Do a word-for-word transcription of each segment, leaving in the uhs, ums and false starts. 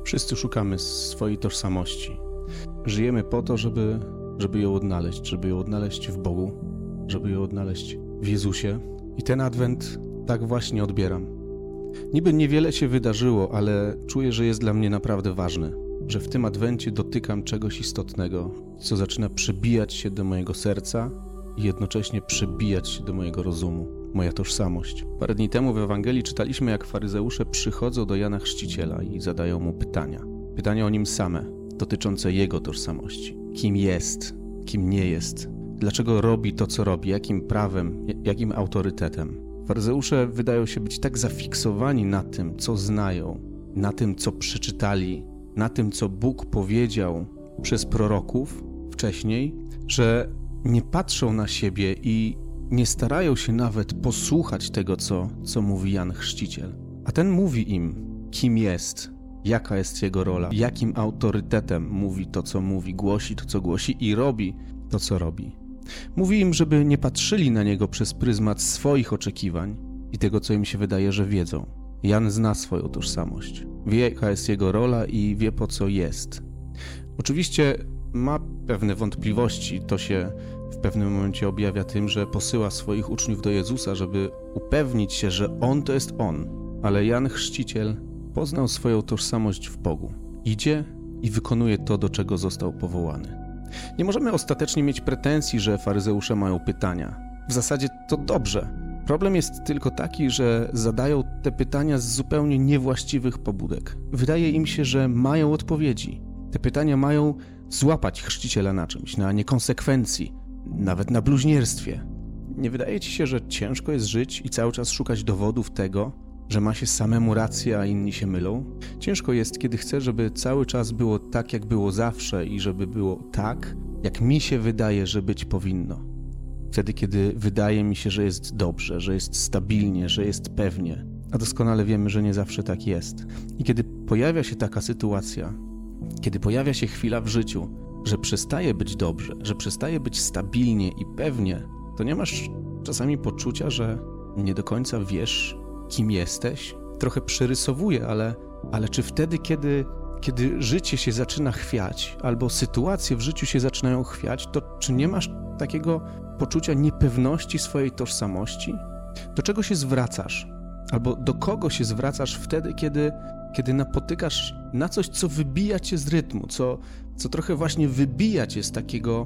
Wszyscy szukamy swojej tożsamości. Żyjemy po to, żeby, żeby ją odnaleźć, żeby ją odnaleźć w Bogu, żeby ją odnaleźć w Jezusie. I ten Adwent tak właśnie odbieram. Niby niewiele się wydarzyło, ale czuję, że jest dla mnie naprawdę ważny, że w tym Adwencie dotykam czegoś istotnego, co zaczyna przebijać się do mojego serca i jednocześnie przebijać się do mojego rozumu, moja tożsamość. Parę dni temu w Ewangelii czytaliśmy, jak faryzeusze przychodzą do Jana Chrzciciela i zadają mu pytania. Pytania o nim same, dotyczące jego tożsamości. Kim jest, kim nie jest, dlaczego robi to, co robi, jakim prawem, jakim autorytetem. Faryzeusze wydają się być tak zafiksowani na tym, co znają, na tym, co przeczytali, na tym, co Bóg powiedział przez proroków wcześniej, że nie patrzą na siebie i nie starają się nawet posłuchać tego, co, co mówi Jan Chrzciciel. A ten mówi im, kim jest, jaka jest jego rola, jakim autorytetem mówi to, co mówi, głosi to, co głosi i robi to, co robi. Mówi im, żeby nie patrzyli na niego przez pryzmat swoich oczekiwań i tego, co im się wydaje, że wiedzą. Jan zna swoją tożsamość, wie, jaka jest jego rola i wie, po co jest. Oczywiście ma pewne wątpliwości, to się w pewnym momencie objawia tym, że posyła swoich uczniów do Jezusa, żeby upewnić się, że On to jest On. Ale Jan Chrzciciel poznał swoją tożsamość w Bogu. Idzie i wykonuje to, do czego został powołany. Nie możemy ostatecznie mieć pretensji, że faryzeusze mają pytania. W zasadzie to dobrze. Problem jest tylko taki, że zadają te pytania z zupełnie niewłaściwych pobudek. Wydaje im się, że mają odpowiedzi. Te pytania mają złapać chrzciciela na czymś, na niekonsekwencji, nawet na bluźnierstwie. Nie wydaje ci się, że ciężko jest żyć i cały czas szukać dowodów tego, że ma się samemu rację, a inni się mylą? Ciężko jest, kiedy chcę, żeby cały czas było tak, jak było zawsze i żeby było tak, jak mi się wydaje, że być powinno. Wtedy, kiedy wydaje mi się, że jest dobrze, że jest stabilnie, że jest pewnie, a doskonale wiemy, że nie zawsze tak jest. I kiedy pojawia się taka sytuacja, kiedy pojawia się chwila w życiu, że przestaje być dobrze, że przestaje być stabilnie i pewnie, to nie masz czasami poczucia, że nie do końca wiesz, kim jesteś? Trochę przerysowuję, ale, ale czy wtedy, kiedy, kiedy życie się zaczyna chwiać, albo sytuacje w życiu się zaczynają chwiać, to czy nie masz takiego poczucia niepewności swojej tożsamości? Do czego się zwracasz? Albo do kogo się zwracasz wtedy, kiedy, kiedy napotykasz na coś, co wybija cię z rytmu, co, co trochę właśnie wybija cię z takiego,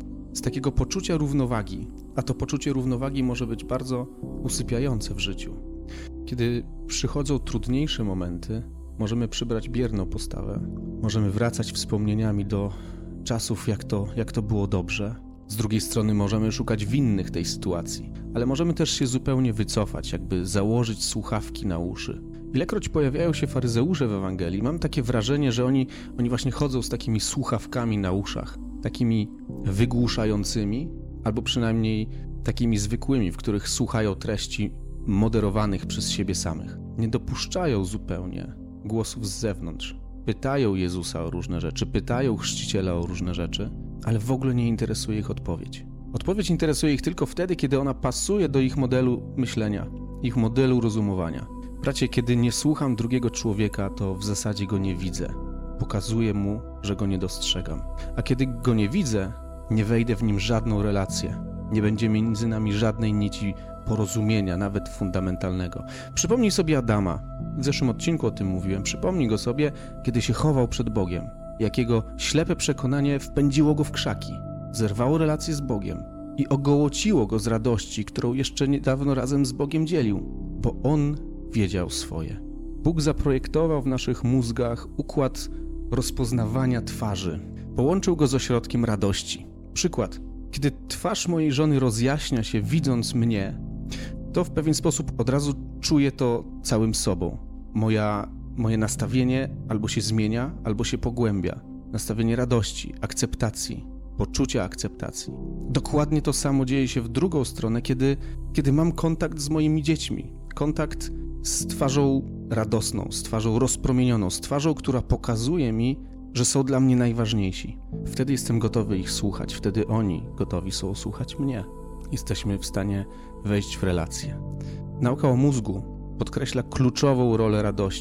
z takiego poczucia równowagi, a to poczucie równowagi może być bardzo usypiające w życiu. Kiedy przychodzą trudniejsze momenty, możemy przybrać bierną postawę, możemy wracać wspomnieniami do czasów, jak to, jak to było dobrze. Z drugiej strony możemy szukać winnych tej sytuacji, ale możemy też się zupełnie wycofać, jakby założyć słuchawki na uszy. Ilekroć pojawiają się faryzeusze w Ewangelii, mam takie wrażenie, że oni, oni właśnie chodzą z takimi słuchawkami na uszach, takimi wygłuszającymi, albo przynajmniej takimi zwykłymi, w których słuchają treści moderowanych przez siebie samych. Nie dopuszczają zupełnie głosów z zewnątrz. Pytają Jezusa o różne rzeczy, pytają Chrzciciela o różne rzeczy, ale w ogóle nie interesuje ich odpowiedź. Odpowiedź interesuje ich tylko wtedy, kiedy ona pasuje do ich modelu myślenia, ich modelu rozumowania. Bracie, kiedy nie słucham drugiego człowieka, to w zasadzie go nie widzę. Pokazuję mu, że go nie dostrzegam. A kiedy go nie widzę, nie wejdę w nim żadną relację. Nie będzie między nami żadnej nici porozumienia, nawet fundamentalnego. Przypomnij sobie Adama. W zeszłym odcinku o tym mówiłem. Przypomnij go sobie, kiedy się chował przed Bogiem. Jakiego ślepe przekonanie wpędziło go w krzaki. Zerwało relację z Bogiem i ogołociło go z radości, którą jeszcze niedawno razem z Bogiem dzielił, bo on wiedział swoje. Bóg zaprojektował w naszych mózgach układ rozpoznawania twarzy. Połączył go z ośrodkiem radości. Przykład. Kiedy twarz mojej żony rozjaśnia się, widząc mnie, to w pewien sposób od razu czuję to całym sobą. Moja, moje nastawienie albo się zmienia, albo się pogłębia. Nastawienie radości, akceptacji, poczucia akceptacji. Dokładnie to samo dzieje się w drugą stronę, kiedy, kiedy mam kontakt z moimi dziećmi. Kontakt z twarzą radosną, z twarzą rozpromienioną, z twarzą, która pokazuje mi, że są dla mnie najważniejsi. Wtedy jestem gotowy ich słuchać, wtedy oni gotowi są słuchać mnie. Jesteśmy w stanie wejść w relację. Nauka o mózgu podkreśla kluczową rolę radości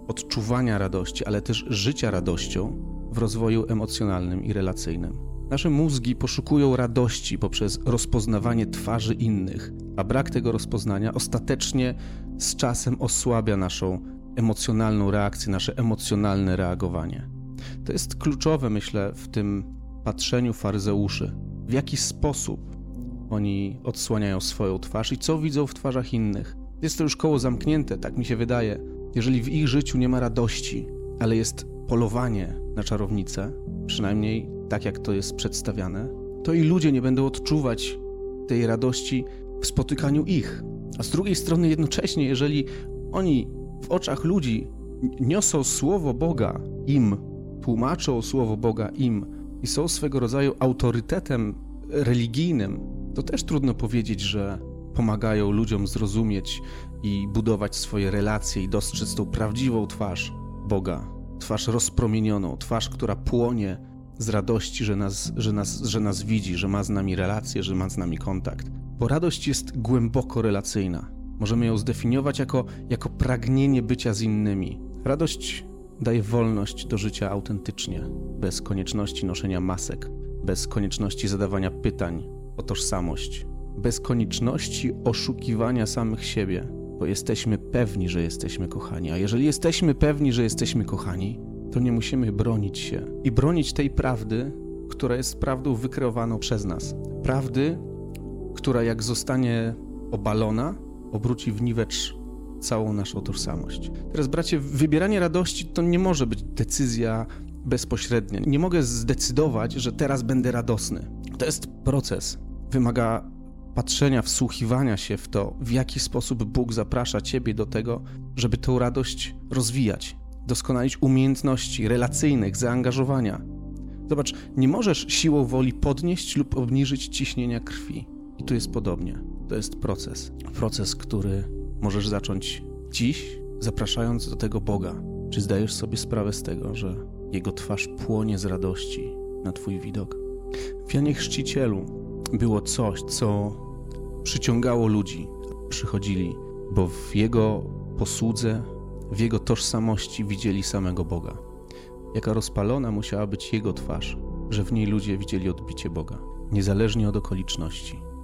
odczuwania radości, ale też życia radością w rozwoju emocjonalnym i relacyjnym. Nasze mózgi poszukują radości poprzez rozpoznawanie twarzy innych, a brak tego rozpoznania ostatecznie z czasem osłabia naszą emocjonalną reakcję, nasze emocjonalne reagowanie. To jest kluczowe, myślę, w tym patrzeniu faryzeuszy. W jaki sposób oni odsłaniają swoją twarz i co widzą w twarzach innych. Jest to już koło zamknięte, tak mi się wydaje. Jeżeli w ich życiu nie ma radości, ale jest polowanie na czarownicę, przynajmniej tak jak to jest przedstawiane, to i ludzie nie będą odczuwać tej radości w spotykaniu ich. A z drugiej strony jednocześnie, jeżeli oni w oczach ludzi niosą słowo Boga im, tłumaczą słowo Boga im i są swego rodzaju autorytetem religijnym, to też trudno powiedzieć, że pomagają ludziom zrozumieć i budować swoje relacje i dostrzec tą prawdziwą twarz Boga, twarz rozpromienioną, twarz, która płonie z radości, że nas, że nas, że nas widzi, że ma z nami relację, że ma z nami kontakt. Bo radość jest głęboko relacyjna. Możemy ją zdefiniować jako, jako pragnienie bycia z innymi. Radość daje wolność do życia autentycznie, bez konieczności noszenia masek, bez konieczności zadawania pytań o tożsamość, bez konieczności oszukiwania samych siebie, bo jesteśmy pewni, że jesteśmy kochani. A jeżeli jesteśmy pewni, że jesteśmy kochani, to nie musimy bronić się i bronić tej prawdy, która jest prawdą wykreowaną przez nas. Prawdy, która jak zostanie obalona, obróci w niwecz całą naszą tożsamość. Teraz, bracie, wybieranie radości to nie może być decyzja bezpośrednia. Nie mogę zdecydować, że teraz będę radosny. To jest proces. Wymaga patrzenia, wsłuchiwania się w to, w jaki sposób Bóg zaprasza ciebie do tego, żeby tę radość rozwijać, doskonalić umiejętności relacyjnych, zaangażowania. Zobacz, nie możesz siłą woli podnieść lub obniżyć ciśnienia krwi. I tu jest podobnie. To jest proces. Proces, który możesz zacząć dziś, zapraszając do tego Boga. Czy zdajesz sobie sprawę z tego, że Jego twarz płonie z radości na twój widok? W Janie Chrzcicielu było coś, co przyciągało ludzi. Przychodzili, bo w Jego posłudze, w Jego tożsamości widzieli samego Boga. Jaka rozpalona musiała być Jego twarz, że w niej ludzie widzieli odbicie Boga, niezależnie od okoliczności.